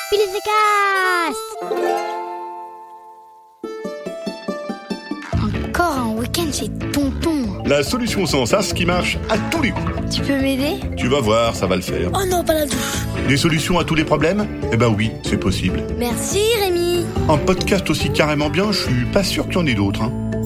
Billy the Cast. Encore un week-end chez Tonton. La solution sans sas qui marche à tous les coups. Tu peux m'aider? Tu vas voir, ça va le faire. Oh non, pas la douche. Des solutions à tous les problèmes? Eh ben oui, c'est possible. Merci Rémi. Un podcast aussi carrément bien, je suis pas sûr qu'il y en ait d'autres.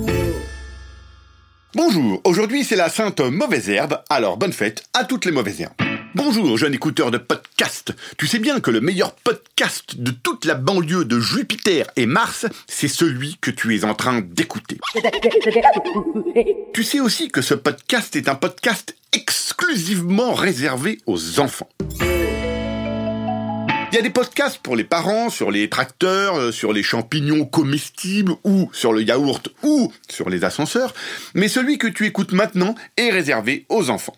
Bonjour, aujourd'hui c'est la Sainte Mauvaise Herbe, alors bonne fête à toutes les mauvaises herbes. Bonjour, jeune écouteur de podcast. Tu sais bien que le meilleur podcast de toute la banlieue de Jupiter et Mars, c'est celui que tu es en train d'écouter. Tu sais aussi que ce podcast est un podcast exclusivement réservé aux enfants. Il y a des podcasts pour les parents, sur les tracteurs, sur les champignons comestibles, ou sur le yaourt, ou sur les ascenseurs, mais celui que tu écoutes maintenant est réservé aux enfants.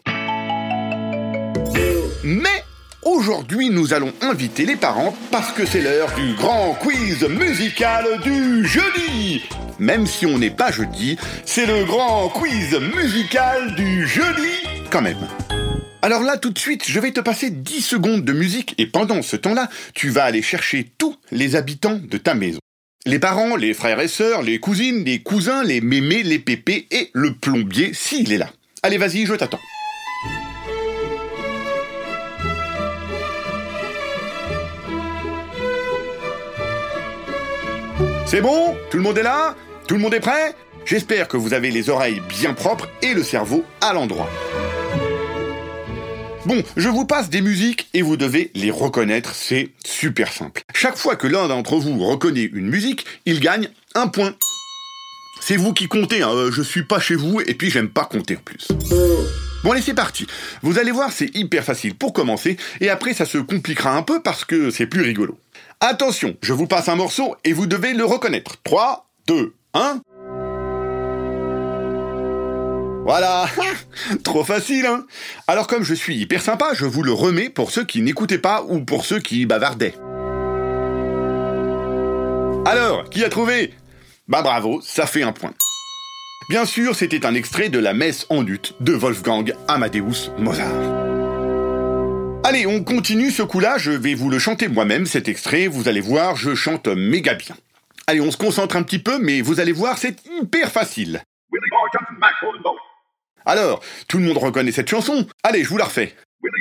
Mais aujourd'hui, nous allons inviter les parents parce que c'est l'heure du grand quiz musical du jeudi. Même si on n'est pas jeudi, c'est le grand quiz musical du jeudi quand même. Alors là, tout de suite, je vais te passer 10 secondes de musique et pendant ce temps-là, tu vas aller chercher tous les habitants de ta maison. Les parents, les frères et sœurs, les cousines, les cousins, les mémés, les pépés et le plombier s'il est là. Allez, vas-y, je t'attends. C'est bon? Tout le monde est là? Tout le monde est prêt? J'espère que vous avez les oreilles bien propres et le cerveau à l'endroit. Bon, je vous passe des musiques et vous devez les reconnaître, c'est super simple. Chaque fois que l'un d'entre vous reconnaît une musique, il gagne un point. C'est vous qui comptez, hein, je suis pas chez vous et puis j'aime pas compter en plus. Bon allez, c'est parti. Vous allez voir, c'est hyper facile pour commencer et après ça se compliquera un peu parce que c'est plus rigolo. Attention, je vous passe un morceau et vous devez le reconnaître. 3, 2, 1... Voilà. Trop facile, hein? Alors comme je suis hyper sympa, je vous le remets pour ceux qui n'écoutaient pas ou pour ceux qui bavardaient. Alors, qui a trouvé? Bah bravo, ça fait un point. Bien sûr, c'était un extrait de la Messe en lutte de Wolfgang Amadeus Mozart. Allez, on continue ce coup-là, je vais vous le chanter moi-même, cet extrait, vous allez voir, je chante méga bien. Allez, on se concentre un petit peu, mais vous allez voir, c'est hyper facile. Alors, tout le monde reconnaît cette chanson? Allez, je vous la refais.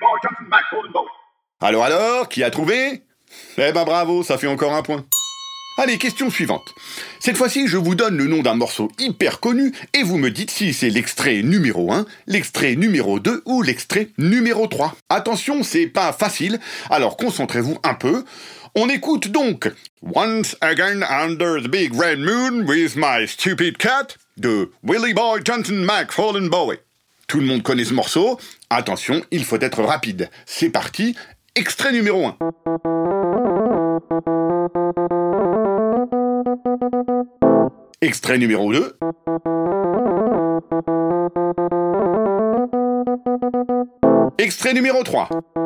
Alors, qui a trouvé? Eh ben bravo, ça fait encore un point. Allez, question suivante. Cette fois-ci, je vous donne le nom d'un morceau hyper connu et vous me dites si c'est l'extrait numéro 1, l'extrait numéro 2 ou l'extrait numéro 3. Attention, c'est pas facile, alors concentrez-vous un peu. On écoute donc Once Again Under the Big Red Moon with My Stupid Cat de Willie Boy Johnson McFarlane Bowie. Tout le monde connaît ce morceau. Attention, il faut être rapide. C'est parti, extrait numéro 1. Extrait numéro 2. Extrait numéro 3.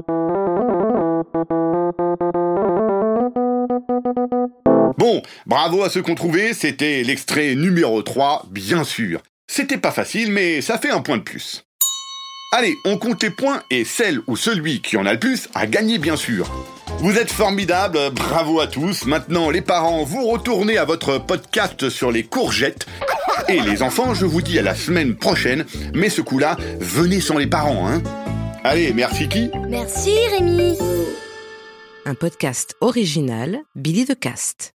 Bon, bravo à ceux qui ont trouvé, c'était l'extrait numéro 3, bien sûr. C'était pas facile, mais ça fait un point de plus. Allez, on compte les points et celle ou celui qui en a le plus a gagné bien sûr. Vous êtes formidables, bravo à tous. Maintenant, les parents, vous retournez à votre podcast sur les courgettes. Et les enfants, je vous dis à la semaine prochaine, mais ce coup-là, venez sans les parents, hein. Allez, merci qui? Merci Rémi. Un podcast original Billy the Cast.